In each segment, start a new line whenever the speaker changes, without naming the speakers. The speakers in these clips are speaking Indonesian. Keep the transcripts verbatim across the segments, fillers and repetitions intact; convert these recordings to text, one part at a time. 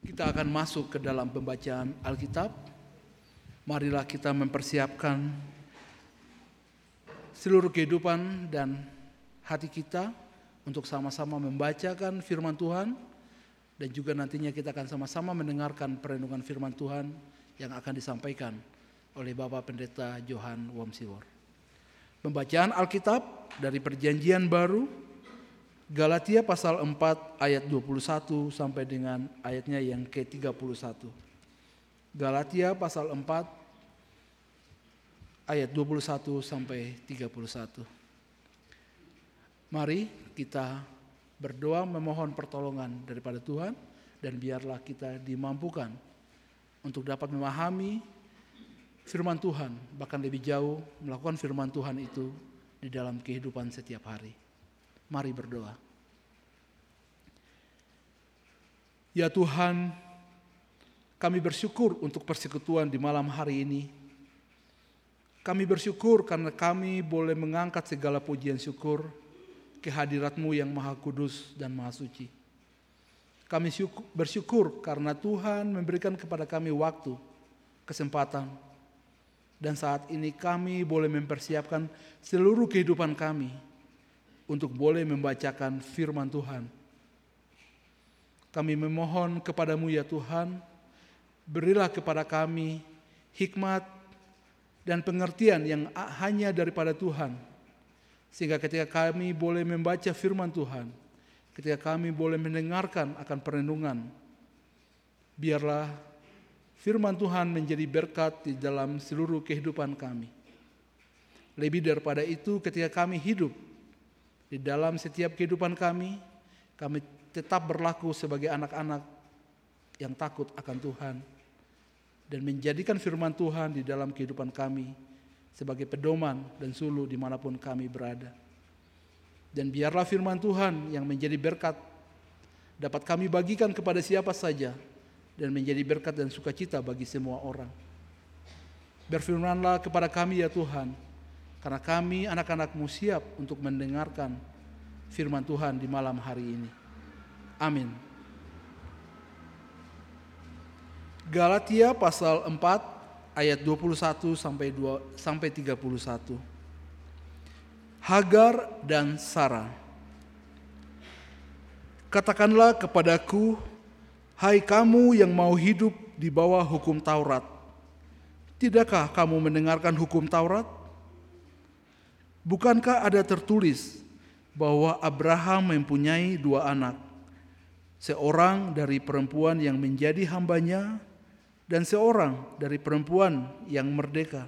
Kita akan masuk ke dalam pembacaan Alkitab. Marilah kita mempersiapkan seluruh kehidupan dan hati kita untuk sama-sama membacakan firman Tuhan, dan juga nantinya kita akan sama-sama mendengarkan perenungan firman Tuhan yang akan disampaikan oleh Bapak Pendeta Johan Wamsiwor. Pembacaan Alkitab dari Perjanjian Baru, Galatia pasal empat ayat dua puluh satu sampai dengan ayatnya yang ke tiga puluh satu. Galatia pasal empat ayat dua puluh satu sampai tiga puluh satu. Mari kita berdoa memohon pertolongan daripada Tuhan, dan biarlah kita dimampukan untuk dapat memahami firman Tuhan, bahkan lebih jauh melakukan firman Tuhan itu di dalam kehidupan setiap hari. Mari berdoa. Ya Tuhan, kami bersyukur untuk persekutuan di malam hari ini. Kami bersyukur karena kami boleh mengangkat segala pujian syukur kehadirat-Mu yang Maha Kudus dan Maha Suci. Kami syukur, bersyukur karena Tuhan memberikan kepada kami waktu, kesempatan, dan saat ini kami boleh mempersiapkan seluruh kehidupan kami untuk boleh membacakan firman Tuhan. Kami memohon kepada-Mu ya Tuhan, berilah kepada kami hikmat dan pengertian yang hanya daripada Tuhan, sehingga ketika kami boleh membaca firman Tuhan, ketika kami boleh mendengarkan akan perenungan, biarlah firman Tuhan menjadi berkat di dalam seluruh kehidupan kami. Lebih daripada itu, ketika kami hidup di dalam setiap kehidupan kami, kami tetap berlaku sebagai anak-anak yang takut akan Tuhan, dan menjadikan firman Tuhan di dalam kehidupan kami sebagai pedoman dan suluh dimanapun kami berada. Dan biarlah firman Tuhan yang menjadi berkat dapat kami bagikan kepada siapa saja, dan menjadi berkat dan sukacita bagi semua orang. Berfirmanlah kepada kami ya Tuhan, karena kami anak-anak-Mu siap untuk mendengarkan firman Tuhan di malam hari ini. Amin. Galatia pasal empat ayat dua puluh satu sampai tiga puluh satu. Hagar dan Sara. Katakanlah kepadaku, hai kamu yang mau hidup di bawah hukum Taurat, tidakkah kamu mendengarkan hukum Taurat? Bukankah ada tertulis bahwa Abraham mempunyai dua anak, seorang dari perempuan yang menjadi hambanya dan seorang dari perempuan yang merdeka?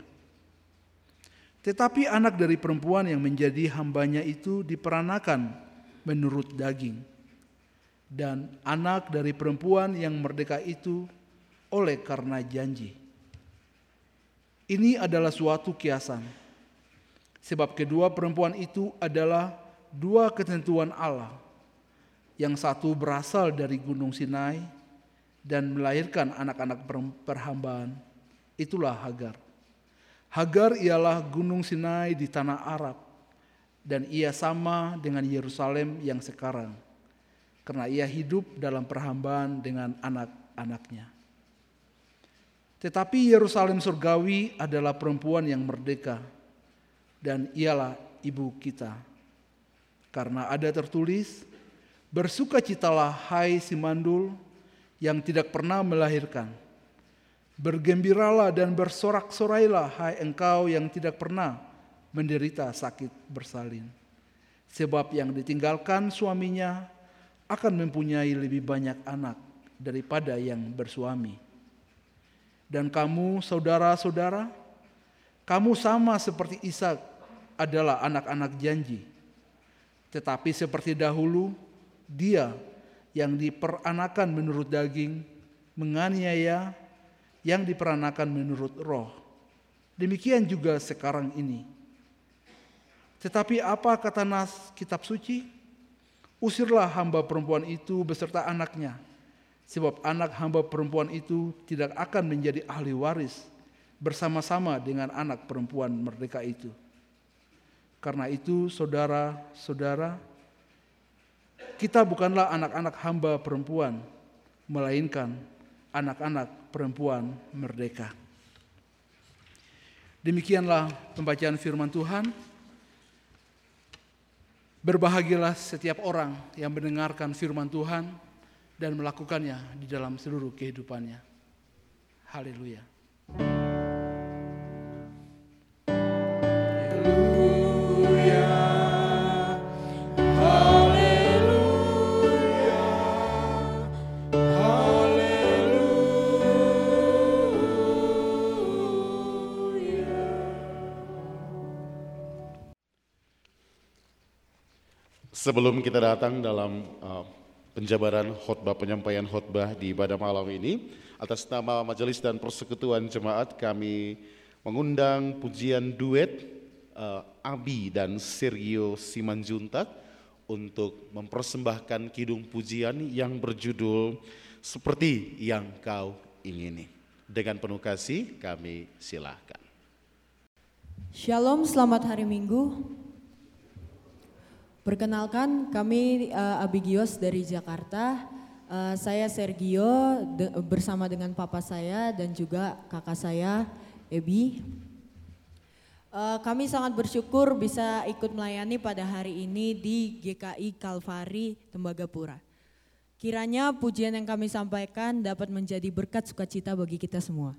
Tetapi anak dari perempuan yang menjadi hambanya itu diperanakan menurut daging, dan anak dari perempuan yang merdeka itu oleh karena janji. Ini adalah suatu kiasan, sebab kedua perempuan itu adalah dua ketentuan Allah. Yang satu berasal dari Gunung Sinai dan melahirkan anak-anak perhambaan, itulah Hagar. Hagar ialah Gunung Sinai di tanah Arab, dan ia sama dengan Yerusalem yang sekarang, karena ia hidup dalam perhambaan dengan anak-anaknya. Tetapi Yerusalem surgawi adalah perempuan yang merdeka, dan ialah ibu kita. Karena ada tertulis, bersukacitalah hai si mandul yang tidak pernah melahirkan. Bergembiralah dan bersorak-sorailah hai engkau yang tidak pernah menderita sakit bersalin. Sebab yang ditinggalkan suaminya akan mempunyai lebih banyak anak daripada yang bersuami. Dan kamu saudara-saudara, kamu sama seperti Ishak adalah anak-anak janji. Tetapi seperti dahulu, dia yang diperanakan menurut daging menganiaya yang diperanakan menurut roh. Demikian juga sekarang ini. Tetapi apa kata nas kitab suci? Usirlah hamba perempuan itu beserta anaknya, sebab anak hamba perempuan itu tidak akan menjadi ahli waris bersama-sama dengan anak perempuan merdeka itu. Karena itu saudara-saudara, kita bukanlah anak-anak hamba perempuan, melainkan anak-anak perempuan merdeka. Demikianlah pembacaan firman Tuhan. Berbahagialah setiap orang yang mendengarkan firman Tuhan dan melakukannya di dalam seluruh kehidupannya. Haleluya.
Sebelum kita datang dalam uh, penjabaran khotbah, penyampaian khotbah di ibadah malam ini, atas nama Majelis dan Persekutuan Jemaat kami mengundang pujian duet uh, Abi dan Sergio Simanjuntak untuk mempersembahkan kidung pujian yang berjudul Seperti Yang Kau Ingini. Dengan penuh kasih kami silakan.
Shalom, selamat hari Minggu. Perkenalkan, kami uh, Abigios dari Jakarta. Uh, saya Sergio de, bersama dengan papa saya dan juga kakak saya Ebi. Uh, kami sangat bersyukur bisa ikut melayani pada hari ini di G K I Kalvari Tembagapura. Kiranya pujian yang kami sampaikan dapat menjadi berkat sukacita bagi kita semua.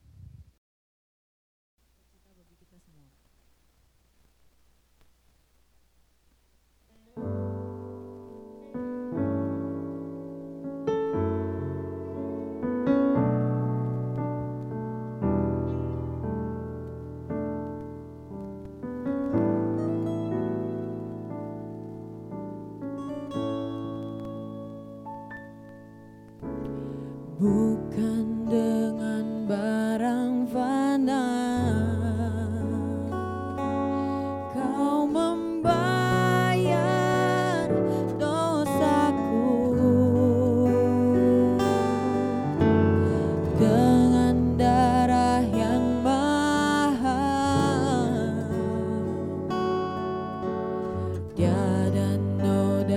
Bukan dengan barang fana Kau membayar dosaku, dengan darah yang mahal tiada noda dan celah.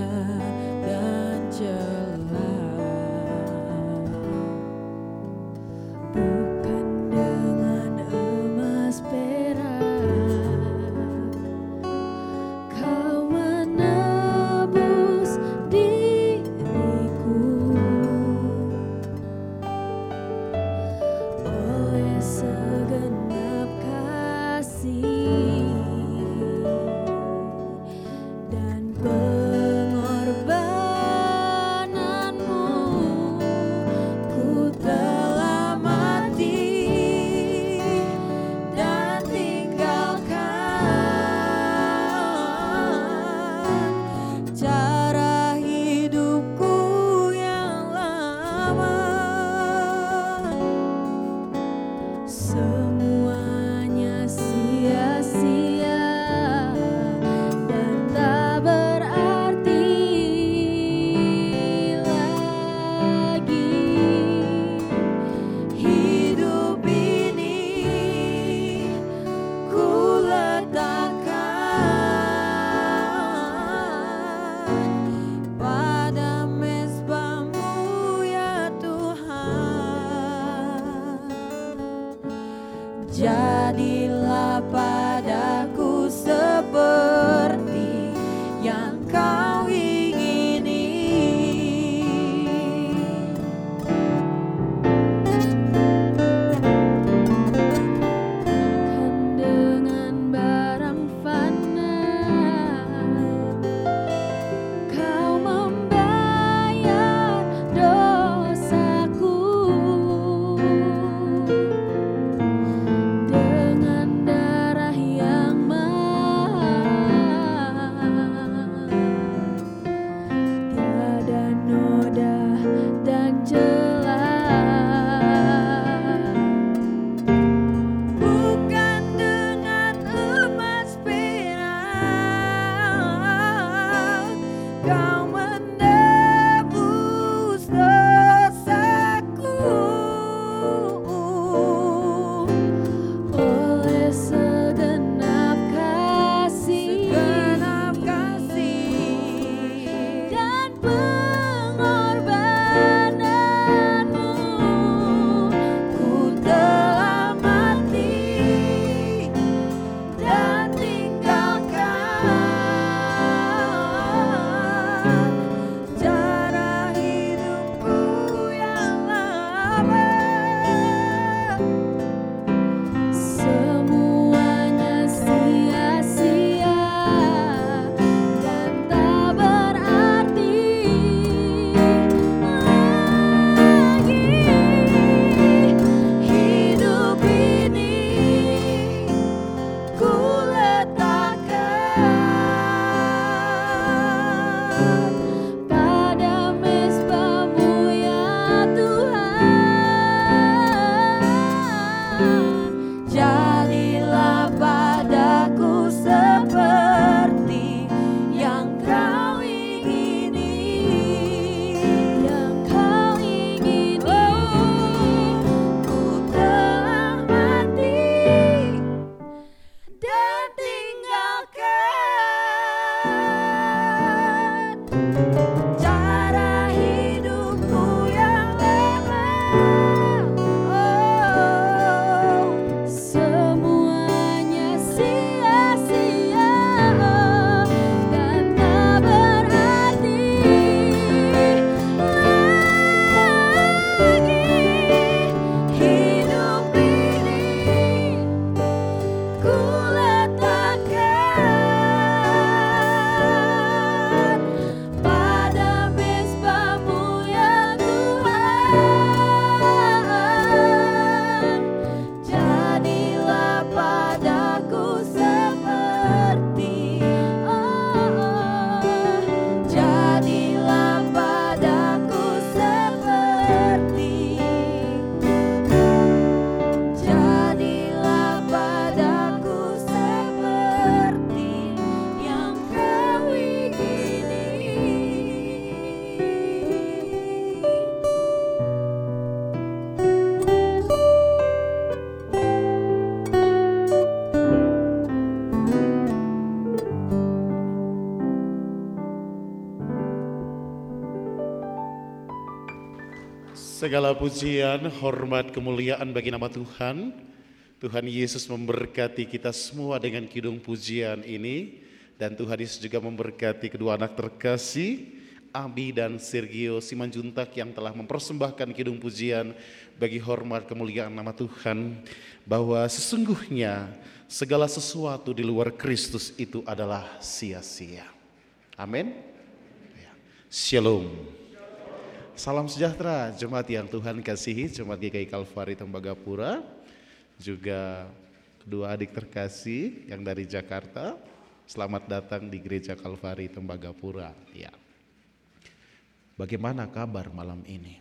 Segala pujian, hormat, kemuliaan bagi nama Tuhan. Tuhan Yesus memberkati kita semua dengan kidung pujian ini. Dan Tuhan Yesus juga memberkati kedua anak terkasih, Abi dan Sergio Simanjuntak, yang telah mempersembahkan kidung pujian bagi hormat kemuliaan nama Tuhan. Bahwa sesungguhnya segala sesuatu di luar Kristus itu adalah sia-sia. Amin. Shalom. Salam sejahtera jemaat yang Tuhan kasihi, jemaat G K I Kalvari Tembagapura, juga kedua adik terkasih yang dari Jakarta. Selamat datang di Gereja Kalvari Tembagapura. Ya. Bagaimana kabar malam ini?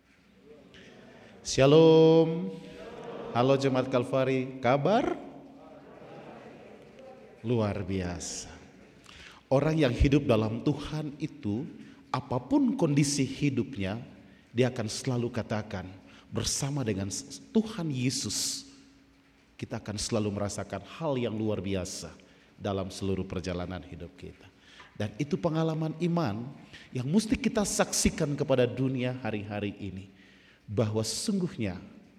Shalom. Halo jemaat Kalvari, kabar? Luar biasa. Orang yang hidup dalam Tuhan itu, apapun kondisi hidupnya, dia akan selalu katakan bersama dengan Tuhan Yesus, kita akan selalu merasakan hal yang luar biasa dalam seluruh perjalanan hidup kita. Dan itu pengalaman iman yang mesti kita saksikan kepada dunia hari-hari ini, bahwa sesungguhnya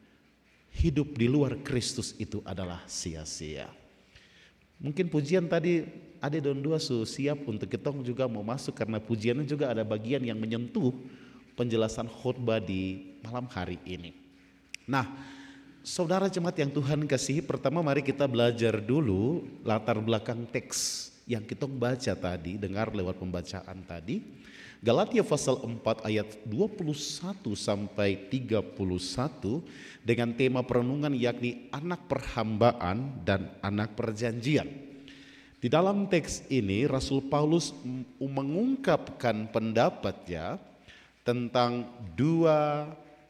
hidup di luar Kristus itu adalah sia-sia. Mungkin pujian tadi ada don dua su siap untuk kita juga mau masuk, karena pujiannya juga ada bagian yang menyentuh penjelasan khotbah di malam hari ini. Nah, saudara jemaat yang Tuhan kasihi, pertama mari kita belajar dulu latar belakang teks yang kita baca tadi, dengar lewat pembacaan tadi. Galatia pasal empat ayat dua puluh satu sampai tiga puluh satu dengan tema perenungan yakni anak perhambaan dan anak perjanjian. Di dalam teks ini Rasul Paulus mengungkapkan pendapatnya tentang dua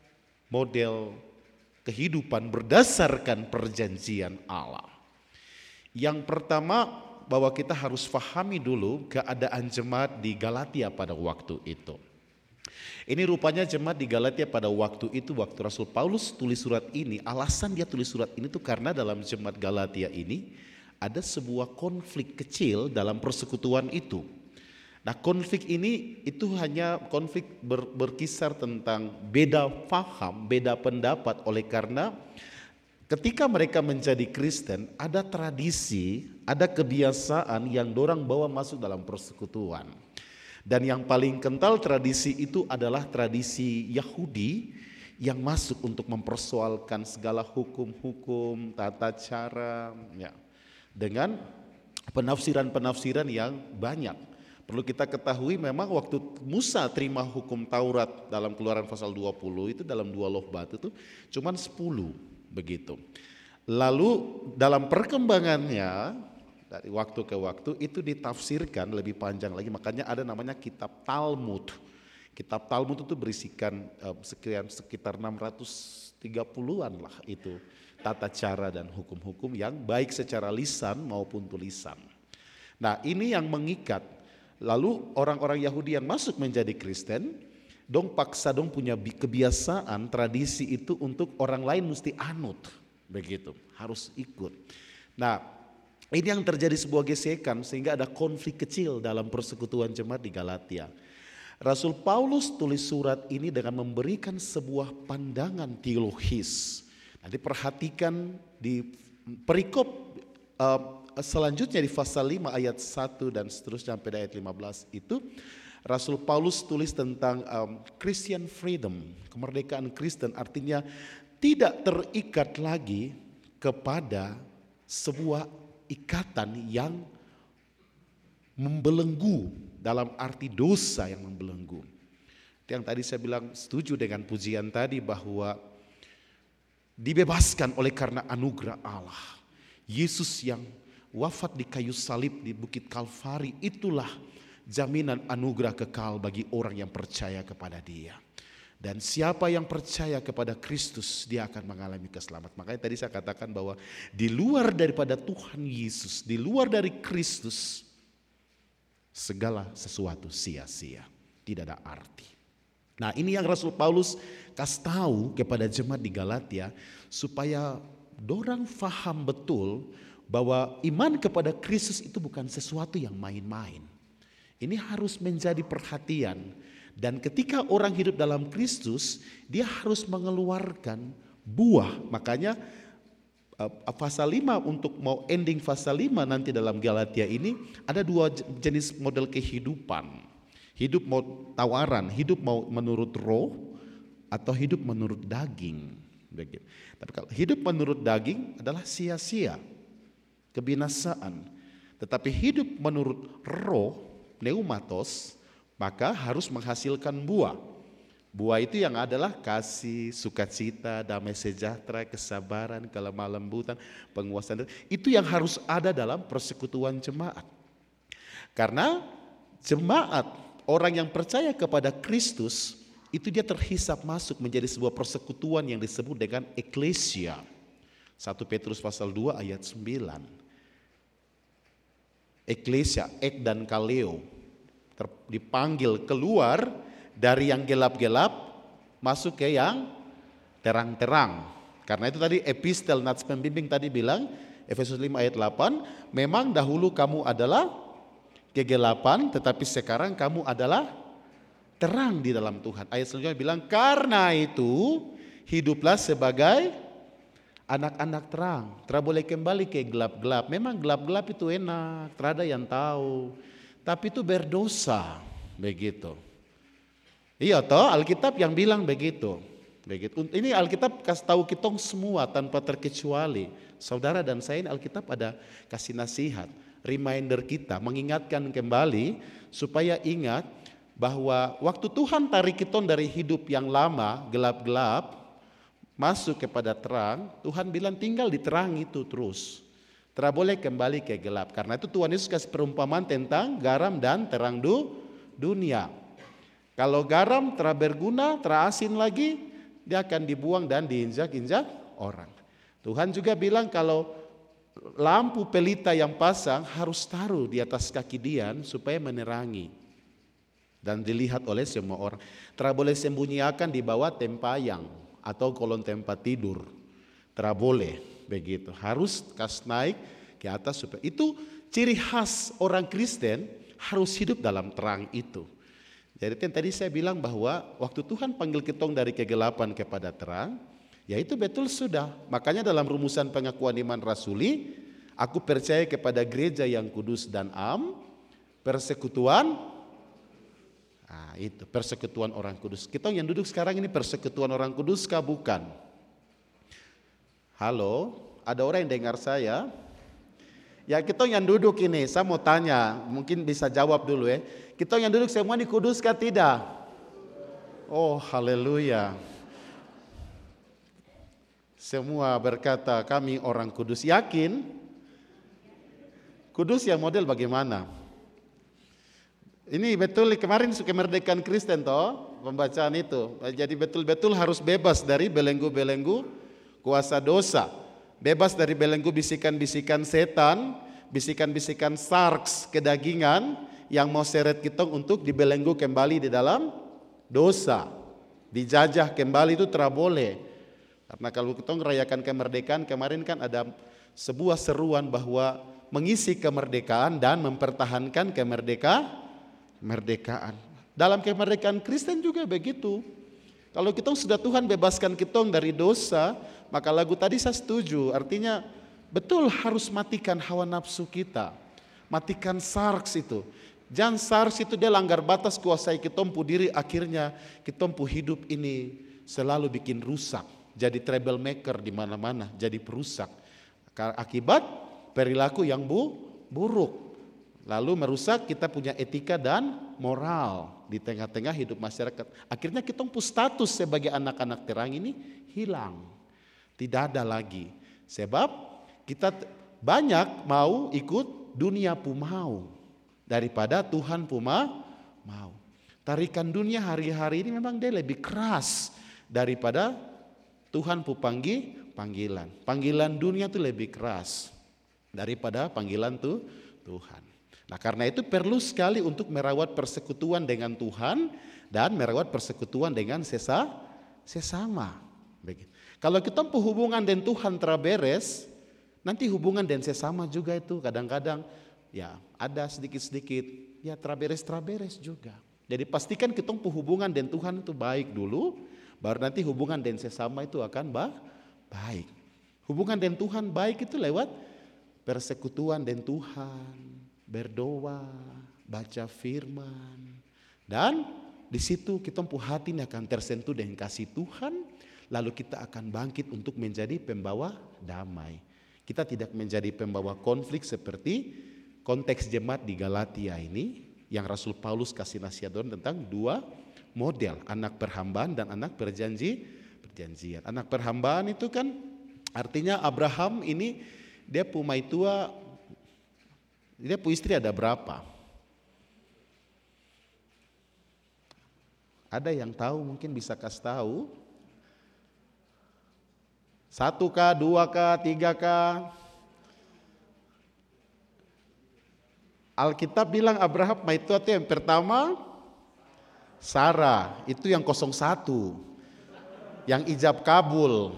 model kehidupan berdasarkan perjanjian Allah. Yang pertama, bahwa kita harus pahami dulu keadaan jemaat di Galatia pada waktu itu. Ini rupanya jemaat di Galatia pada waktu itu, waktu Rasul Paulus tulis surat ini, alasan dia tulis surat ini tuh karena dalam jemaat Galatia ini ada sebuah konflik kecil dalam persekutuan itu. Nah, konflik ini itu hanya konflik ber, berkisar tentang beda paham, beda pendapat, oleh karena ketika mereka menjadi Kristen, ada tradisi, ada kebiasaan yang dorang bawa masuk dalam persekutuan. Dan yang paling kental tradisi itu adalah tradisi Yahudi yang masuk untuk mempersoalkan segala hukum-hukum, tata cara, ya, dengan penafsiran-penafsiran yang banyak. Perlu kita ketahui memang waktu Musa terima hukum Taurat dalam Keluaran pasal dua puluh itu dalam dua loh batu itu cuman sepuluh. Begitu. Lalu dalam perkembangannya dari waktu ke waktu itu ditafsirkan lebih panjang lagi, makanya ada namanya kitab Talmud. Kitab Talmud itu berisikan uh, sekian sekitar enam ratus tiga puluhan lah itu tata cara dan hukum-hukum yang baik secara lisan maupun tulisan. Nah, ini yang mengikat. Lalu orang-orang Yahudi yang masuk menjadi Kristen, dong paksa dong punya kebiasaan tradisi itu untuk orang lain mesti anut, begitu, harus ikut. Nah, ini yang terjadi sebuah gesekan sehingga ada konflik kecil dalam persekutuan jemaat di Galatia. Rasul Paulus tulis surat ini dengan memberikan sebuah pandangan teologis. Nanti perhatikan di perikop uh, selanjutnya di pasal lima ayat satu dan seterusnya sampai ayat lima belas itu. Rasul Paulus tulis tentang um, Christian freedom, kemerdekaan Kristen, artinya tidak terikat lagi kepada sebuah ikatan yang membelenggu, dalam arti dosa yang membelenggu. Itu yang tadi saya bilang setuju dengan pujian tadi bahwa dibebaskan oleh karena anugerah Allah. Yesus yang wafat di kayu salib di Bukit Kalvari, itulah jaminan anugerah kekal bagi orang yang percaya kepada Dia. Dan siapa yang percaya kepada Kristus, dia akan mengalami keselamatan. Makanya tadi saya katakan bahwa di luar daripada Tuhan Yesus, di luar dari Kristus, segala sesuatu sia-sia, tidak ada arti. Nah, ini yang Rasul Paulus kasih tahu kepada jemaat di Galatia supaya dorang faham betul bahwa iman kepada Kristus itu bukan sesuatu yang main-main. Ini harus menjadi perhatian. Dan ketika orang hidup dalam Kristus, dia harus mengeluarkan buah. Makanya pasal lima untuk mau ending pasal lima nanti dalam Galatia ini ada dua jenis model kehidupan. Hidup mau tawaran, hidup mau menurut roh atau hidup menurut daging. Begitu. Tapi kalau hidup menurut daging adalah sia-sia, kebinasaan. Tetapi hidup menurut roh, pneumatos, maka harus menghasilkan buah. Buah itu yang adalah kasih, sukacita, damai sejahtera, kesabaran, kelemah lembutan, penguasaan. Itu yang harus ada dalam persekutuan jemaat. Karena jemaat, orang yang percaya kepada Kristus, itu dia terhisap masuk menjadi sebuah persekutuan yang disebut dengan eklesia. satu Petrus pasal dua ayat sembilan. Eklesia, ek dan kaleo, dipanggil keluar dari yang gelap-gelap masuk ke yang terang-terang. Karena itu tadi epistel nats pembimbing tadi bilang, Efesus lima ayat delapan, memang dahulu kamu adalah kegelapan tetapi sekarang kamu adalah terang di dalam Tuhan. Ayat selanjutnya bilang, karena itu hiduplah sebagai anak-anak terang. Tidak boleh kembali ke gelap-gelap. Memang gelap-gelap itu enak, tidak ada yang tahu. Tapi itu berdosa, begitu. Iya toh, Alkitab yang bilang begitu. Begitu. Ini Alkitab kasih tahu kita semua tanpa terkecuali. Saudara dan saya ini Alkitab ada kasih nasihat, reminder kita, mengingatkan kembali supaya ingat bahwa waktu Tuhan tarik kita dari hidup yang lama, gelap-gelap, masuk kepada terang, Tuhan bilang tinggal di terang itu terus. Tidak boleh kembali ke gelap. Karena itu Tuhan Yesus kasih perumpamaan tentang garam dan terang du, dunia. Kalau garam telah berguna, telah asin lagi, dia akan dibuang dan diinjak-injak orang. Tuhan juga bilang kalau lampu pelita yang pasang harus taruh di atas kaki Dian supaya menerangi dan dilihat oleh semua orang. Tidak boleh sembunyikan di bawah tempayang atau kolong tempat tidur. Tidak boleh begitu. Harus kas naik ke atas supaya itu ciri khas orang Kristen harus hidup dalam terang itu. Jadi tadi saya bilang bahwa waktu Tuhan panggil kitong dari kegelapan kepada terang, ya itu betul sudah. Makanya dalam rumusan pengakuan iman rasuli, aku percaya kepada gereja yang kudus dan am, persekutuan, nah itu persekutuan orang kudus. Kitong yang duduk sekarang ini persekutuan orang kudus kah bukan? Halo, ada orang yang dengar saya? Ya kita yang duduk ini, saya mau tanya, mungkin bisa jawab dulu ya. Kita yang duduk semua ini kudus kah tidak? Oh haleluya. Semua berkata kami orang kudus. Yakin? Kudus yang model bagaimana? Ini betul kemarin kemerdekaan Kristen toh, pembacaan itu. Jadi betul-betul harus bebas dari belenggu-belenggu kuasa dosa. Bebas dari belenggu bisikan-bisikan setan, bisikan-bisikan sarks kedagingan yang mau seret kita untuk dibelenggu kembali di dalam dosa. Dijajah kembali itu tidak boleh. Karena kalau kita merayakan kemerdekaan kemarin kan ada sebuah seruan bahwa mengisi kemerdekaan dan mempertahankan kemerdeka, kemerdekaan. Dalam kemerdekaan Kristen juga begitu. Kalau kita sudah Tuhan bebaskan kita dari dosa, maka lagu tadi saya setuju. Artinya betul harus matikan hawa nafsu kita. Matikan sarks itu. Jangan SARS itu dia langgar batas kuasai kitompu diri, akhirnya kitompu hidup ini selalu bikin rusak, jadi troublemaker di mana-mana, jadi perusak. Akibat perilaku yang bu, buruk, lalu merusak kita punya etika dan moral di tengah-tengah hidup masyarakat. Akhirnya kitompu status sebagai anak-anak terang ini hilang, tidak ada lagi. Sebab kita banyak mau ikut dunia pu mau daripada Tuhan puma mau. Tarikan dunia hari-hari ini memang dia lebih keras daripada Tuhan pu panggil panggilan. Panggilan dunia itu lebih keras daripada panggilan tuh Tuhan. Nah karena itu perlu sekali untuk merawat persekutuan dengan Tuhan dan merawat persekutuan dengan sesa, sesama. Begitu. Kalau kita pu hubungan dengan Tuhan terberes, nanti hubungan dengan sesama juga itu kadang-kadang ya ada sedikit-sedikit, ya traberes-traberes juga. Jadi pastikan kita hubungan dengan Tuhan itu baik dulu, baru nanti hubungan dengan sesama itu akan ba- baik. Hubungan dengan Tuhan baik itu lewat persekutuan dengan Tuhan, berdoa, baca firman, dan di situ kita hati ini akan tersentuh dengan kasih Tuhan, lalu kita akan bangkit untuk menjadi pembawa damai. Kita tidak menjadi pembawa konflik seperti konteks jemaat di Galatia ini, yang Rasul Paulus kasih nasihat tentang dua model, anak perhambaan dan anak perjanji perjanjian. Anak perhambaan itu kan artinya Abraham ini dia punya tua, dia punya istri ada berapa? Ada yang tahu mungkin bisa kasih tahu? Satu kah, dua kah, tiga kah? Alkitab bilang Abraham itu yang pertama Sarah, itu yang nol satu, yang ijab kabul,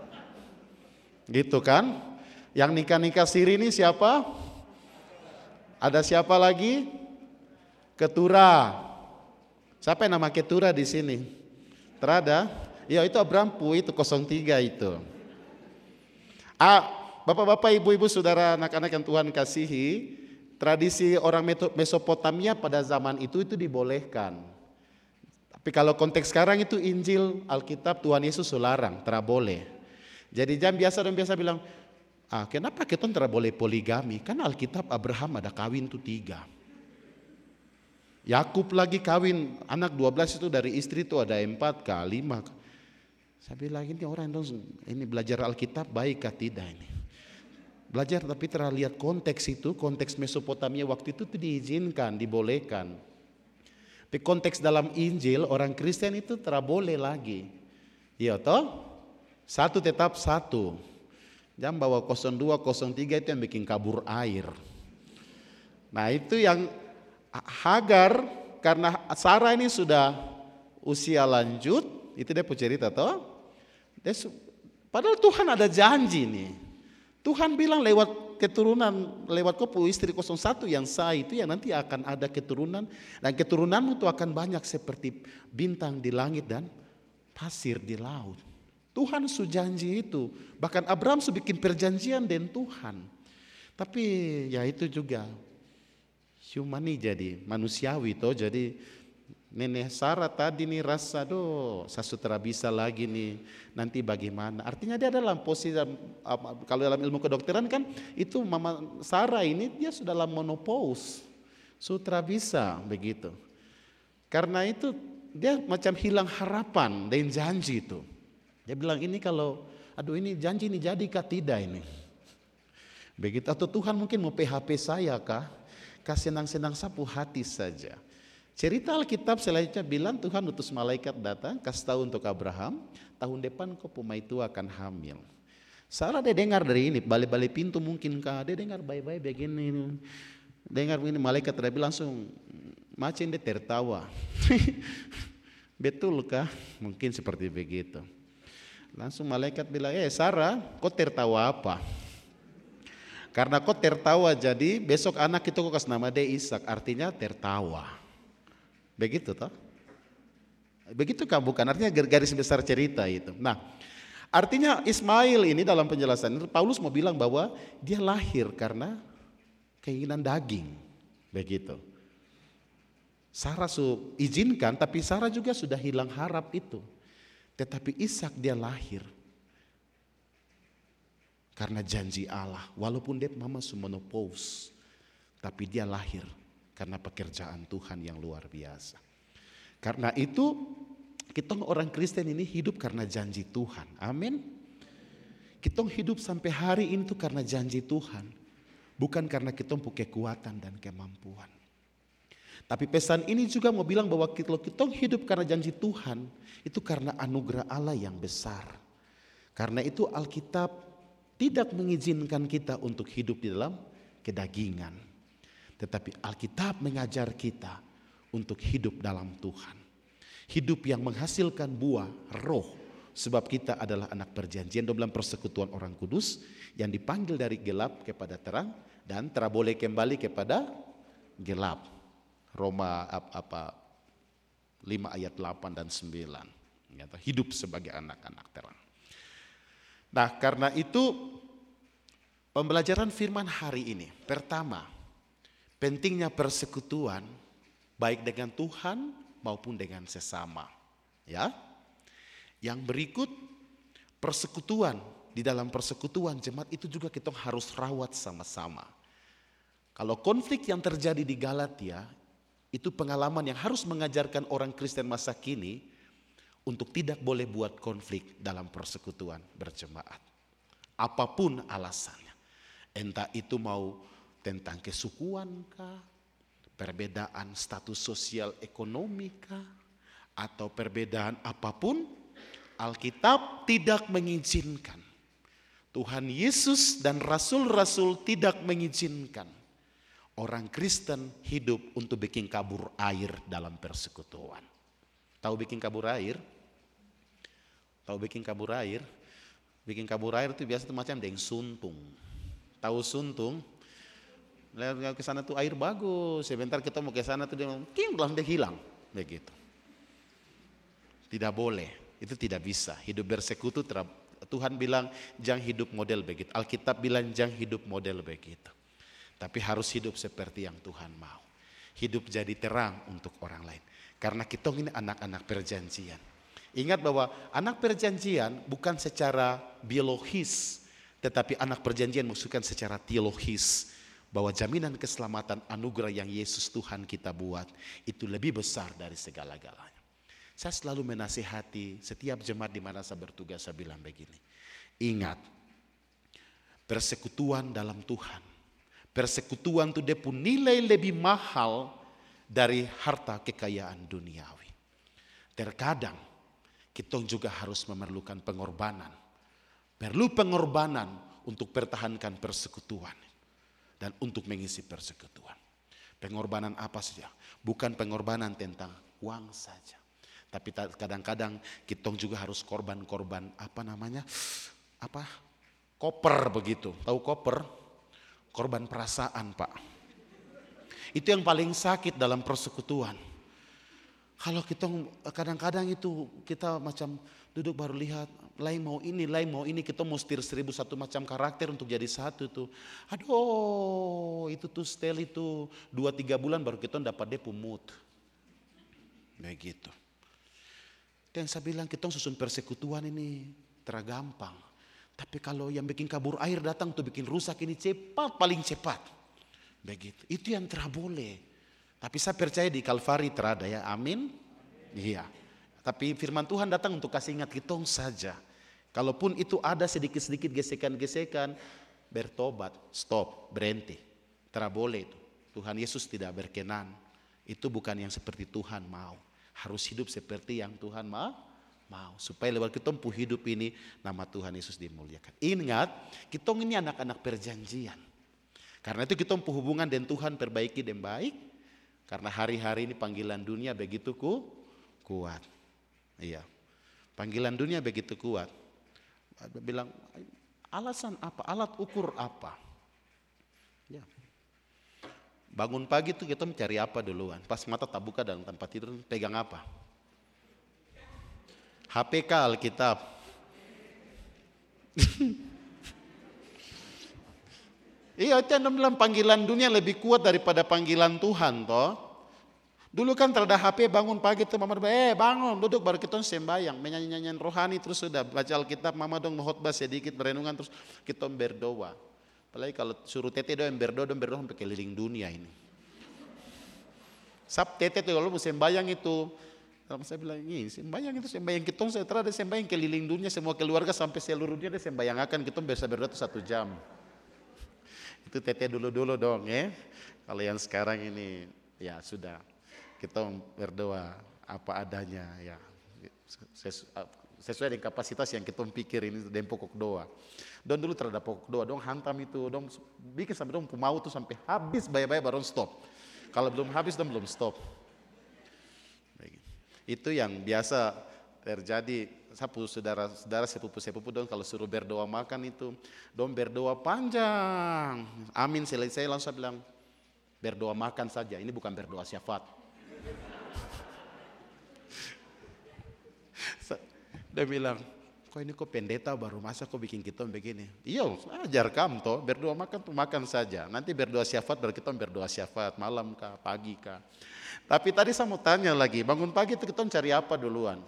gitu kan? Yang nikah-nikah siri ini siapa? Ada siapa lagi? Keturah. Siapa yang nama Keturah di sini? Terada? Ya itu Abraham pu itu nol tiga itu. Ah, bapak-bapak, ibu-ibu, saudara, anak-anak yang Tuhan kasihi. Tradisi orang Mesopotamia pada zaman itu itu dibolehkan. Tapi kalau konteks sekarang itu Injil, Alkitab, Tuhan Yesus larang, tidak boleh. Jadi jam biasa dan biasa bilang, ah kenapa kita tidak boleh poligami? Kan Alkitab Abraham ada kawin itu tiga. Yakub lagi kawin, anak dua belas itu dari istri itu ada empat kali lima. Saya bilang ini orang ini belajar Alkitab baik kah tidak ini? Belajar tapi terlihat konteks itu, konteks Mesopotamia waktu itu, itu diizinkan, dibolehkan. Tapi konteks dalam Injil orang Kristen itu tidak boleh lagi. Iya toh? Satu tetap satu. Jangan bawa nol dua, nol tiga itu yang bikin kabur air. Nah itu yang Hagar, karena Sarah ini sudah usia lanjut, itu dia punya cerita toh. Padahal Tuhan ada janji nih. Tuhan bilang lewat keturunan, lewat kopu istri nol satu yang sah itu yang nanti akan ada keturunan. Dan keturunanmu itu akan banyak seperti bintang di langit dan pasir di laut. Tuhan sudah janji itu. Bahkan Abraham sudah bikin perjanjian dengan Tuhan. Tapi ya itu juga humani jadi manusiawi toh. Jadi nenek Sarah tadi nih rasa doh saya sudah bisa lagi nih nanti bagaimana. Artinya dia dalam posisi, kalau dalam ilmu kedokteran kan itu mama Sarah ini dia sudah dalam menopause, sudah bisa begitu. Karena itu dia macam hilang harapan dan janji itu. Dia bilang ini kalau aduh ini janji ini jadi kah tidak ini. Begitu, atau Tuhan mungkin mau P H P saya kah? Kasih senang-senang sapu hati saja. Cerita Alkitab selanjutnya bilang Tuhan utus malaikat datang kasih tahu untuk Abraham, tahun depan kau pemai itu akan hamil. Sarah dia dengar dari ini, balik-balik pintu mungkinkah, dia dengar baik-baik begini. Dengar begini, malaikat tadi langsung macam dia tertawa. Betulkah? Mungkin seperti begitu. Langsung malaikat bilang, eh Sarah kau tertawa apa? Karena kau tertawa jadi besok anak itu kau kasih nama dia Ishak, artinya tertawa. Begitu toh? Begitu kan bukan? Artinya garis besar cerita itu. Nah, artinya Ismail ini dalam penjelasan itu Paulus mau bilang bahwa dia lahir karena keinginan daging. Begitu. Sarah su izinkan, tapi Sarah juga sudah hilang harap itu. Tetapi Ishak dia lahir karena janji Allah. Walaupun dia mama su menopause, tapi dia lahir karena pekerjaan Tuhan yang luar biasa. Karena itu kita orang Kristen ini hidup karena janji Tuhan. Amin. Kita hidup sampai hari ini itu karena janji Tuhan. Bukan karena kita punya kekuatan dan kemampuan. Tapi pesan ini juga mau bilang bahwa kalau kita hidup karena janji Tuhan, itu karena anugerah Allah yang besar. Karena itu Alkitab tidak mengizinkan kita untuk hidup di dalam kedagingan. Tetapi Alkitab mengajar kita untuk hidup dalam Tuhan. Hidup yang menghasilkan buah roh. Sebab kita adalah anak perjanjian dalam persekutuan orang kudus yang dipanggil dari gelap kepada terang dan tidak boleh kembali kepada gelap. Roma apa lima ayat delapan dan sembilan. Hidup sebagai anak-anak terang. Nah, karena itu pembelajaran firman hari ini, pertama, pentingnya persekutuan baik dengan Tuhan maupun dengan sesama. Ya. Yang berikut, persekutuan, di dalam persekutuan jemaat itu juga kita harus rawat sama-sama. Kalau konflik yang terjadi di Galatia, itu pengalaman yang harus mengajarkan orang Kristen masa kini untuk tidak boleh buat konflik dalam persekutuan berjemaat. Apapun alasannya. Entah itu mau tentang kesukuan kah, perbedaan status sosial ekonomi kah, atau perbedaan apapun, Alkitab tidak mengizinkan. Tuhan Yesus dan Rasul-Rasul tidak mengizinkan orang Kristen hidup untuk bikin kabur air dalam persekutuan. Tahu bikin kabur air? Tahu bikin kabur air? Bikin kabur air itu biasa macam deng suntung. Tahu suntung? Lihat ke sana tuh air bagus. Sebentar kita mau ke sana tuh dia ting langsung dia hilang. Begitu. Tidak boleh. Itu tidak bisa. Hidup bersekutu Tuhan bilang jangan hidup model begitu. Alkitab bilang jangan hidup model begitu. Tapi harus hidup seperti yang Tuhan mau. Hidup jadi terang untuk orang lain. Karena kita ini anak-anak perjanjian. Ingat bahwa anak perjanjian bukan secara biologis, tetapi anak perjanjian maksudkan secara teologis. Bahwa jaminan keselamatan anugerah yang Yesus Tuhan kita buat itu lebih besar dari segala-galanya. Saya selalu menasihati setiap jemaat di mana saya bertugas, saya bilang begini. Ingat, persekutuan dalam Tuhan. Persekutuan itu dia pun nilai lebih mahal dari harta kekayaan duniawi. Terkadang kita juga harus memerlukan pengorbanan. Perlu pengorbanan untuk pertahankan persekutuan dan untuk mengisi persekutuan. Pengorbanan apa saja? Bukan pengorbanan tentang uang saja. Tapi kadang-kadang kita juga harus korban-korban apa namanya? Apa? Koper begitu. Tahu koper? Korban perasaan, Pak. Itu yang paling sakit dalam persekutuan. Kalau kita kadang-kadang itu kita macam duduk baru lihat, lain mau ini, lain mau ini, kita mau setir seribu satu macam karakter untuk jadi satu tuh. Aduh, itu tuh setel itu dua tiga bulan baru kita dapat depo mood. Begitu. Dan saya bilang kita susun persekutuan ini tergampang. Tapi kalau yang bikin kabur air datang tuh bikin rusak ini cepat, paling cepat. Begitu. Itu yang tidak boleh. Tapi saya percaya di Kalvari terada ya. Amin. Iya. Tapi firman Tuhan datang untuk kasih ingat kita saja. Kalaupun itu ada sedikit-sedikit gesekan-gesekan, bertobat, stop, berhenti. Tidak boleh itu. Tuhan Yesus tidak berkenan. Itu bukan yang seperti Tuhan mau. Harus hidup seperti yang Tuhan mau. mau. Supaya lewat kita hidup ini nama Tuhan Yesus dimuliakan. Ingat, kita ini anak-anak perjanjian. Karena itu kita hubungan dengan Tuhan perbaiki dan baik. Karena hari-hari ini panggilan dunia begitu ku, kuat. Iya. Panggilan dunia begitu kuat. Bilang alasan apa? Alat ukur apa? Ya. Bangun pagi itu kita mencari apa duluan? Pas mata tak buka dalam tempat tidur pegang apa? H P K Alkitab. Iya, itu yang bilang panggilan dunia lebih kuat daripada panggilan Tuhan toh. Dulu kan terhadap H P bangun pagi tuh mama eh bangun duduk baru kita sembahyang menyanyi-nyanyian rohani terus sudah baca Alkitab mama dong khotbah sedikit berenungan terus kita berdoa. Apalagi kalau suruh tete doang berdoa dong berdoa sampai keliling dunia ini. Sab tete tuh kalau mau sembahyang itu saya bilang ini sembahyang itu sembahyang kita saya terhadap sembahyang keliling dunia semua keluarga sampai seluruh dunia dia sembahyang akan kita bisa berdoa tuh satu jam. Itu tete dulu-dulu dong ya. Kalau yang sekarang ini ya sudah kita berdoa apa adanya ya sesuai dengan kapasitas yang kita pikir ini dan pokok doa. Don dulu terhadap pokok doa, dong hantam itu, dong bikin sampai dong mau tuh sampai habis bayar-bayar baru stop. Kalau belum habis dong belum stop. Itu yang biasa terjadi. Sapu saudara-saudara sepupu-sepupu dong kalau suruh berdoa makan itu dong berdoa panjang. Amin selesai langsung bilang berdoa makan saja. Ini bukan berdoa syafaat. Dia bilang, kok ini kok pendeta baru masa kok bikin kita begini. Iya, ajar kamu toh, berdoa makan tuh makan saja. Nanti berdoa syafaat baru kita berdoa syafaat, malam kah, pagi kah. Tapi tadi saya mau tanya lagi, bangun pagi itu kita cari apa duluan?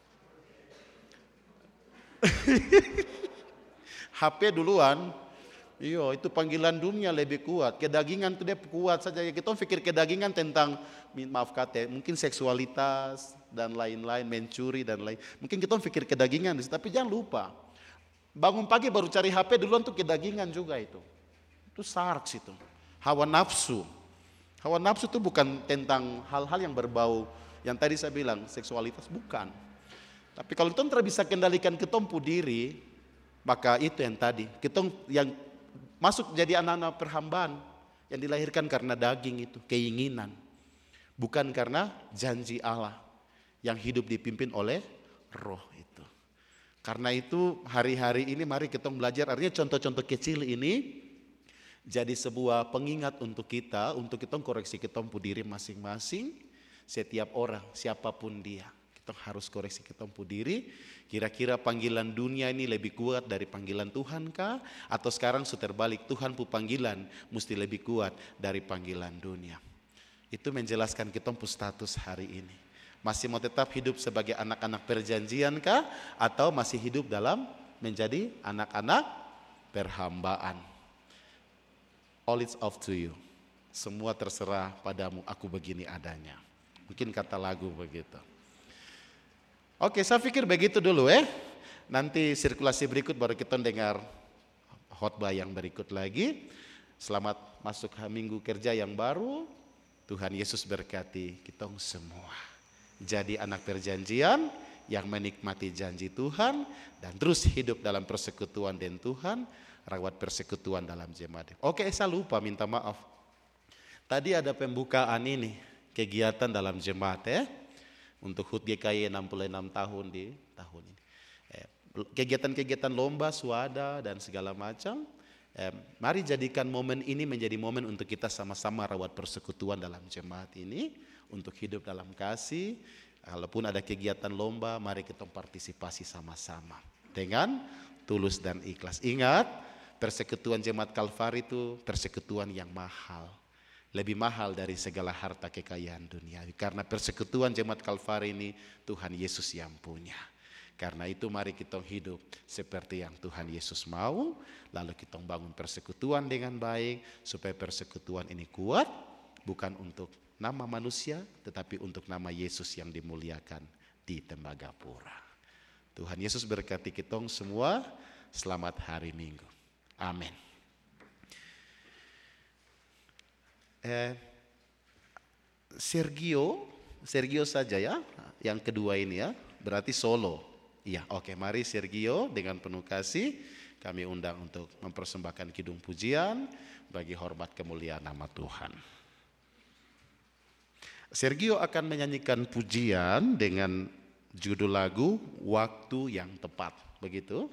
H P duluan. Iya, itu panggilan dunia lebih kuat. Kedagingan itu dia kuat saja. Kita pikir kedagingan tentang, maaf kata, mungkin seksualitas dan lain-lain, mencuri dan lain. Mungkin kita pikir kedagingan, tapi jangan lupa. Bangun pagi baru cari H P duluan tuh kedagingan juga itu. Itu sarks itu. Hawa nafsu. Hawa nafsu itu bukan tentang hal-hal yang berbau, yang tadi saya bilang, seksualitas, bukan. Tapi kalau kita tidak bisa kendalikan ketompu diri, maka itu yang tadi. Kita yang masuk jadi anak-anak perhambaan yang dilahirkan karena daging itu, keinginan. Bukan karena janji Allah yang hidup dipimpin oleh roh itu. Karena itu hari-hari ini mari kita belajar, artinya contoh-contoh kecil ini jadi sebuah pengingat untuk kita, untuk kita koreksi ketompu diri masing-masing, setiap orang, siapapun dia. Kita harus koreksi ketompu diri, kira-kira panggilan dunia ini lebih kuat dari panggilan Tuhan kah? Atau sekarang sudah terbalik, Tuhan pu panggilan mesti lebih kuat dari panggilan dunia. Itu menjelaskan ketompu status hari ini. Masih mau tetap hidup sebagai anak-anak perjanjian kah? Atau masih hidup dalam menjadi anak-anak perhambaan? All it's up to you. Semua terserah padamu, aku begini adanya. Mungkin kata lagu begitu. Oke, saya pikir begitu dulu ya. Nanti sirkulasi berikut baru kita dengar khotbah yang berikut lagi. Selamat masuk minggu kerja yang baru. Tuhan Yesus berkati kita semua. Jadi anak perjanjian yang menikmati janji Tuhan dan terus hidup dalam persekutuan dengan Tuhan, rawat persekutuan dalam jemaat. Oke, saya lupa minta maaf. Tadi ada pembukaan ini, kegiatan dalam jemaat ya. Untuk H U T G K Y enam puluh enam tahun di tahun ini. Kegiatan-kegiatan lomba, swada dan segala macam. Eh, mari jadikan momen ini menjadi momen untuk kita sama-sama rawat persekutuan dalam jemaat ini. Untuk hidup dalam kasih. Kalaupun ada kegiatan lomba, mari kita partisipasi sama-sama. Dengan tulus dan ikhlas. Ingat, persekutuan jemaat Kalvari itu persekutuan yang mahal. Lebih mahal dari segala harta kekayaan dunia. Karena persekutuan jemaat Kalvari ini Tuhan Yesus yang punya. Karena itu mari kita hidup seperti yang Tuhan Yesus mau. Lalu kita bangun persekutuan dengan baik. Supaya persekutuan ini kuat. Bukan untuk nama manusia. Tetapi untuk nama Yesus yang dimuliakan di Tembagapura. Tuhan Yesus berkati kita semua. Selamat hari Minggu. Amin. Eh, Sergio, Sergio saja ya, yang kedua ini ya, berarti solo. Iya, oke, mari Sergio dengan penuh kasih kami undang untuk mempersembahkan kidung pujian bagi hormat kemuliaan nama Tuhan. Sergio akan menyanyikan pujian dengan judul lagu Waktu yang Tepat, begitu?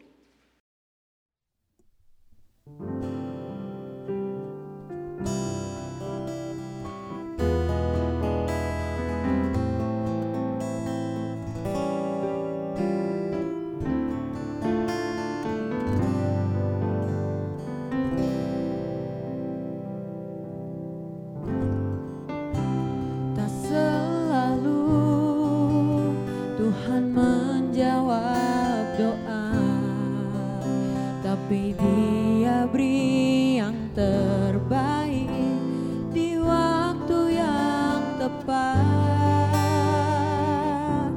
Tapi Dia beri yang terbaik di waktu yang tepat.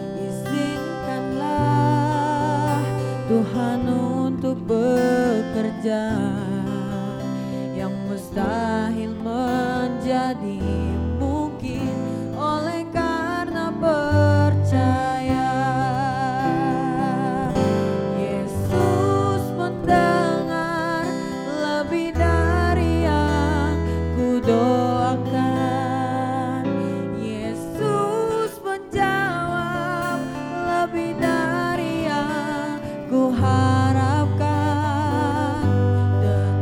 Izinkanlah Tuhan untuk bekerja, yang mustahil menjadi mungkin oleh karena percaya.
Harapkan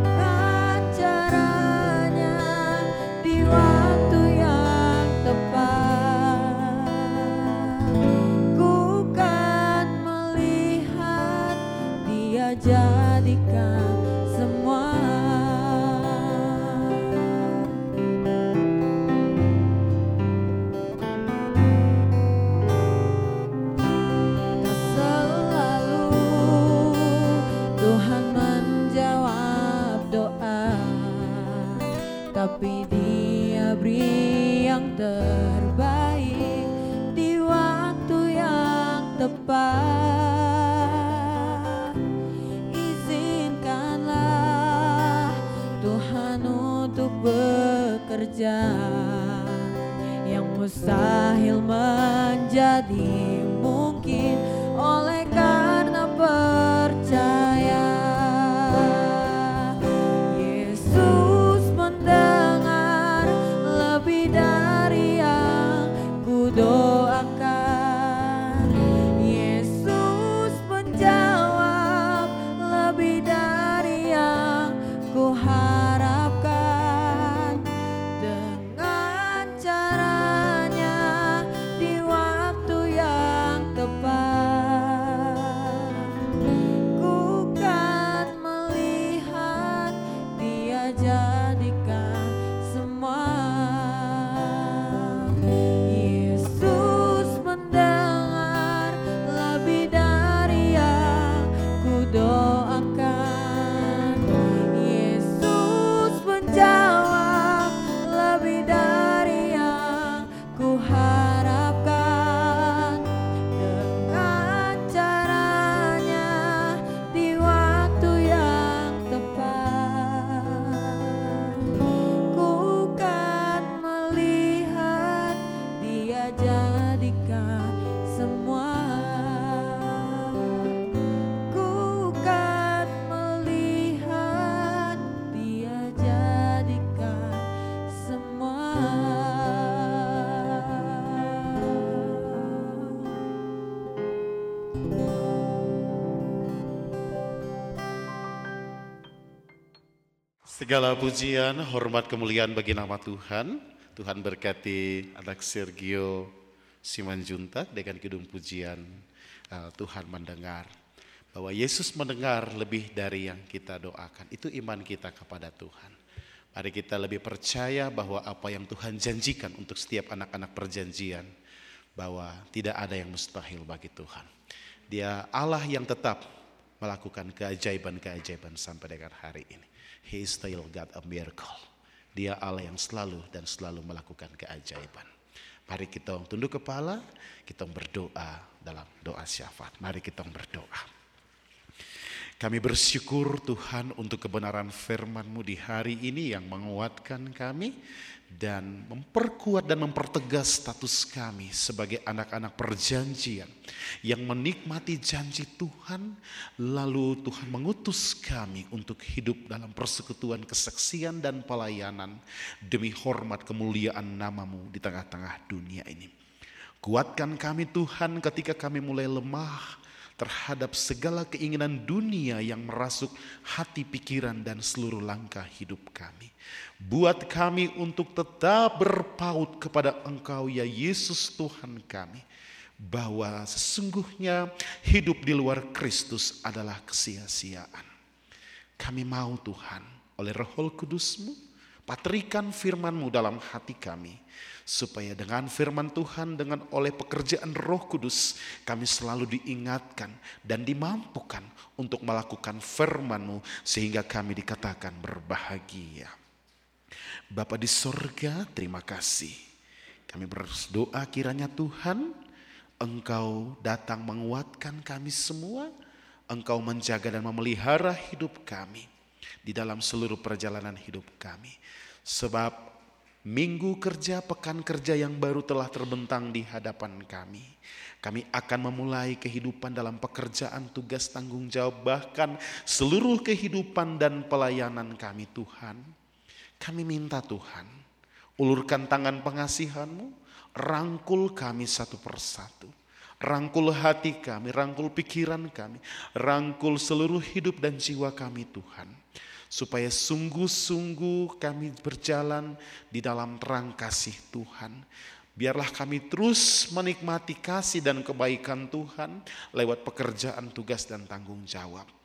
jadikan semua. Tak selalu Tuhan menjawab doa, tapi Dia beri yang terbaik di waktu yang tepat. Izinkanlah Tuhan untuk bekerja, yang mustahil menjadi mungkin oleh karena percaya. Yesus mendengar lebih dari yang ku doakan. Yesus menjawab lebih dari yang ku harapkan. Dengan caranya di waktu yang tepat, ku kan melihat Dia jadikan semua. Yesus mendengar lebih dari yang ku doakan. Yesus menjawab lebih dari yang ku harapkan. Dengan caranya di waktu yang tepat, ku kan melihat Dia jadikan semua. Ku kan melihat Dia jadikan semua.
Segala pujian, hormat, kemuliaan bagi nama Tuhan. Tuhan berkati anak Sergio Simanjuntak dengan kidung pujian uh, Tuhan mendengar. Bahwa Yesus mendengar lebih dari yang kita doakan. Itu iman kita kepada Tuhan. Mari kita lebih percaya bahwa apa yang Tuhan janjikan untuk setiap anak-anak perjanjian, bahwa tidak ada yang mustahil bagi Tuhan. Dia Allah yang tetap melakukan keajaiban-keajaiban sampai dengan hari ini. He is still God a miracle. Dia Allah yang selalu dan selalu melakukan keajaiban. Mari kita tunduk kepala, kita berdoa dalam doa syafaat. Mari kita berdoa. Kami bersyukur Tuhan untuk kebenaran firman-Mu di hari ini yang menguatkan kami dan memperkuat dan mempertegas status kami sebagai anak-anak perjanjian yang menikmati janji Tuhan, lalu Tuhan mengutus kami untuk hidup dalam persekutuan kesaksian dan pelayanan demi hormat kemuliaan nama-Mu di tengah-tengah dunia ini. Kuatkan kami Tuhan ketika kami mulai lemah terhadap segala keinginan dunia yang merasuk hati, pikiran, dan seluruh langkah hidup kami. Buat kami untuk tetap berpaut kepada Engkau ya Yesus Tuhan kami. Bahwa sesungguhnya hidup di luar Kristus adalah kesia-siaan. Kami mau Tuhan oleh Roh Kudus-Mu, patrikan firman-Mu dalam hati kami. Supaya dengan firman Tuhan, dengan oleh pekerjaan Roh Kudus, kami selalu diingatkan dan dimampukan untuk melakukan firman-Mu sehingga kami dikatakan berbahagia. Bapa di sorga, terima kasih. Kami berdoa kiranya Tuhan, Engkau datang menguatkan kami semua. Engkau menjaga dan memelihara hidup kami di dalam seluruh perjalanan hidup kami. Sebab minggu kerja, pekan kerja yang baru telah terbentang di hadapan kami. Kami akan memulai kehidupan dalam pekerjaan, tugas, tanggung jawab, bahkan seluruh kehidupan dan pelayanan kami Tuhan. Kami minta Tuhan, ulurkan tangan pengasihan-Mu, rangkul kami satu persatu. Rangkul hati kami, rangkul pikiran kami, rangkul seluruh hidup dan jiwa kami Tuhan. Supaya sungguh-sungguh kami berjalan di dalam terang kasih Tuhan. Biarlah kami terus menikmati kasih dan kebaikan Tuhan lewat pekerjaan, tugas, dan tanggung jawab.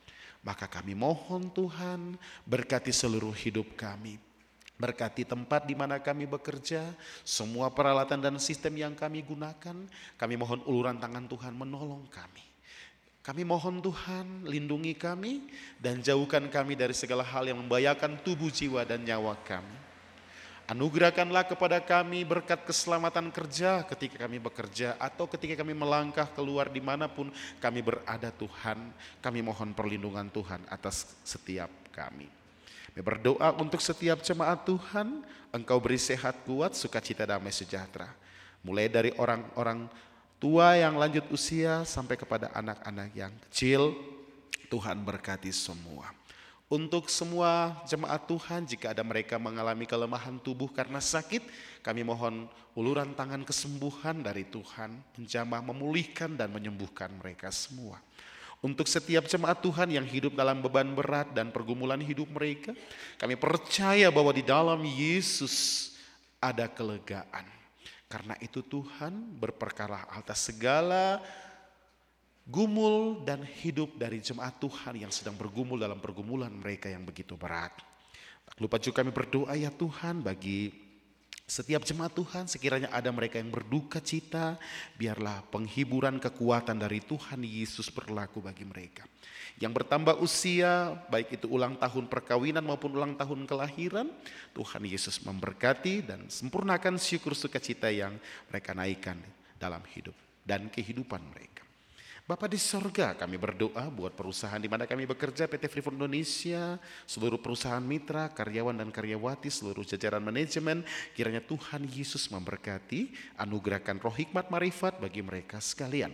Maka kami mohon Tuhan, berkati seluruh hidup kami. Berkati tempat di mana kami bekerja, semua peralatan dan sistem yang kami gunakan. Kami mohon uluran tangan Tuhan menolong kami. Kami mohon Tuhan lindungi kami dan jauhkan kami dari segala hal yang membahayakan tubuh, jiwa, dan nyawa kami. Anugerahkanlah kepada kami berkat keselamatan kerja ketika kami bekerja atau ketika kami melangkah keluar dimanapun kami berada Tuhan. Kami mohon perlindungan Tuhan atas setiap kami. Kami berdoa untuk setiap jemaat Tuhan, Engkau beri sehat, kuat, sukacita, damai, sejahtera. Mulai dari orang-orang tua yang lanjut usia sampai kepada anak-anak yang kecil, Tuhan berkati semua. Untuk semua jemaat Tuhan, jika ada mereka mengalami kelemahan tubuh karena sakit, kami mohon uluran tangan kesembuhan dari Tuhan, menjamah, memulihkan dan menyembuhkan mereka semua. Untuk setiap jemaat Tuhan yang hidup dalam beban berat dan pergumulan hidup mereka, kami percaya bahwa di dalam Yesus ada kelegaan. Karena itu Tuhan berperkara atas segala gumul dan hidup dari jemaat Tuhan yang sedang bergumul dalam pergumulan mereka yang begitu berat. Tak lupa juga kami berdoa ya Tuhan bagi setiap jemaat Tuhan, sekiranya ada mereka yang berduka cita, biarlah penghiburan kekuatan dari Tuhan Yesus berlaku bagi mereka. Yang bertambah usia, baik itu ulang tahun perkawinan maupun ulang tahun kelahiran, Tuhan Yesus memberkati dan sempurnakan syukur sukacita yang mereka naikkan dalam hidup dan kehidupan mereka. Bapa di sorga, kami berdoa buat perusahaan di mana kami bekerja, P T Freeport Indonesia, seluruh perusahaan mitra, karyawan dan karyawati, seluruh jajaran manajemen, kiranya Tuhan Yesus memberkati, anugerahkan roh hikmat marifat bagi mereka sekalian.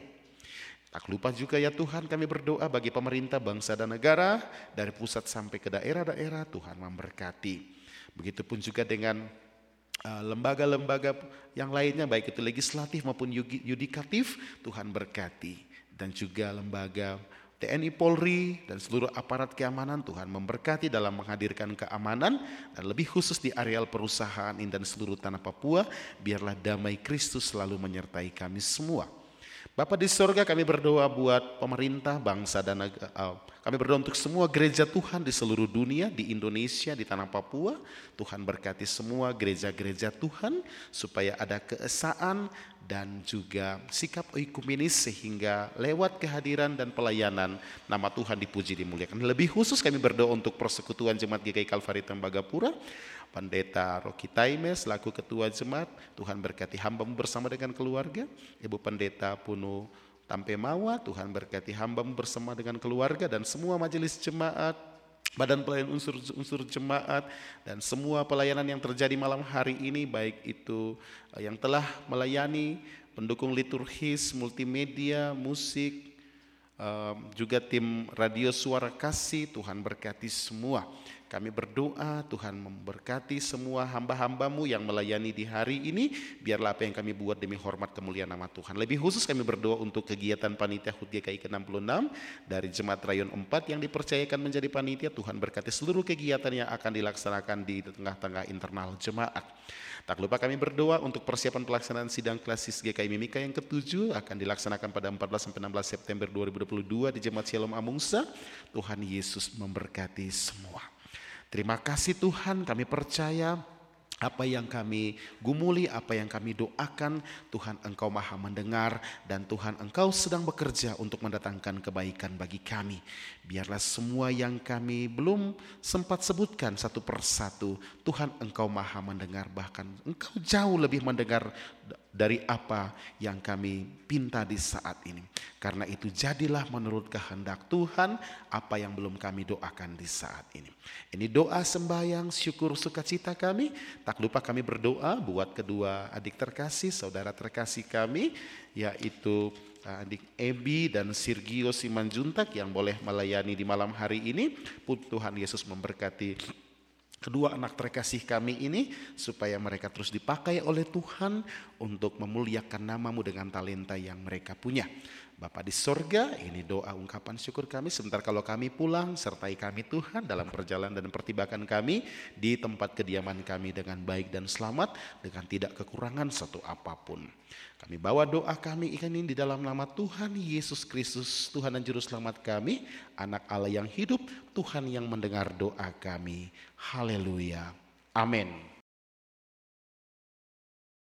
Tak lupa juga ya Tuhan, kami berdoa bagi pemerintah bangsa dan negara, dari pusat sampai ke daerah-daerah, Tuhan memberkati. Begitupun juga dengan uh, lembaga-lembaga yang lainnya, baik itu legislatif maupun yudikatif, Tuhan berkati. Dan juga lembaga T N I Polri dan seluruh aparat keamanan, Tuhan memberkati dalam menghadirkan keamanan dan lebih khusus di areal perusahaan ini dan seluruh tanah Papua, biarlah damai Kristus selalu menyertai kami semua. Bapa di sorga, kami berdoa buat pemerintah, bangsa dan uh, kami berdoa untuk semua gereja Tuhan di seluruh dunia, di Indonesia, di tanah Papua. Tuhan berkati semua gereja-gereja Tuhan supaya ada keesaan dan juga sikap oikumenis sehingga lewat kehadiran dan pelayanan nama Tuhan dipuji dimuliakan. Lebih khusus kami berdoa untuk persekutuan Jemaat G K I Kalvari Tembagapura, Pendeta Rocky Taime selaku Ketua Jemaat, Tuhan berkati hamba-Mu bersama dengan keluarga. Ibu Pendeta Puno Tampe Mawa, Tuhan berkati hamba-Mu bersama dengan keluarga dan semua majelis jemaat, badan pelayanan unsur-unsur jemaat dan semua pelayanan yang terjadi malam hari ini, baik itu yang telah melayani, pendukung liturgis, multimedia, musik, juga tim radio Suara Kasih, Tuhan berkati semua. Kami berdoa Tuhan memberkati semua hamba-hamba-Mu yang melayani di hari ini. Biarlah apa yang kami buat demi hormat kemuliaan nama Tuhan. Lebih khusus kami berdoa untuk kegiatan panitia H U T G K I ke enam puluh enam dari Jemaat Rayon empat yang dipercayakan menjadi panitia. Tuhan berkati seluruh kegiatan yang akan dilaksanakan di tengah-tengah internal jemaat. Tak lupa kami berdoa untuk persiapan pelaksanaan sidang klasis G K I Mimika yang ketujuh akan dilaksanakan pada empat belas sampai enam belas September dua ribu dua puluh dua di Jemaat Shalom Amungsa. Tuhan Yesus memberkati semua. Terima kasih Tuhan, kami percaya apa yang kami gumuli, apa yang kami doakan, Tuhan Engkau maha mendengar dan Tuhan Engkau sedang bekerja untuk mendatangkan kebaikan bagi kami. Biarlah semua yang kami belum sempat sebutkan satu persatu, Tuhan Engkau maha mendengar, bahkan Engkau jauh lebih mendengar dari apa yang kami pinta di saat ini. Karena itu jadilah menurut kehendak Tuhan apa yang belum kami doakan di saat ini. Ini doa sembahyang syukur sukacita kami. Tak lupa kami berdoa buat kedua adik terkasih, saudara terkasih kami, yaitu adik Ebi dan Sirgio Simanjuntak yang boleh melayani di malam hari ini. Pun Tuhan Yesus memberkati kedua anak terkasih kami ini supaya mereka terus dipakai oleh Tuhan untuk memuliakan nama-Mu dengan talenta yang mereka punya. Bapa di sorga, ini doa ungkapan syukur kami. Sebentar kalau kami pulang, sertai kami Tuhan dalam perjalanan dan pertibakan kami di tempat kediaman kami dengan baik dan selamat, dengan tidak kekurangan satu apapun. Kami bawa doa kami ini di dalam nama Tuhan Yesus Kristus, Tuhan dan Juru Selamat kami, Anak Allah yang hidup, Tuhan yang mendengar doa kami. Haleluya. Amin.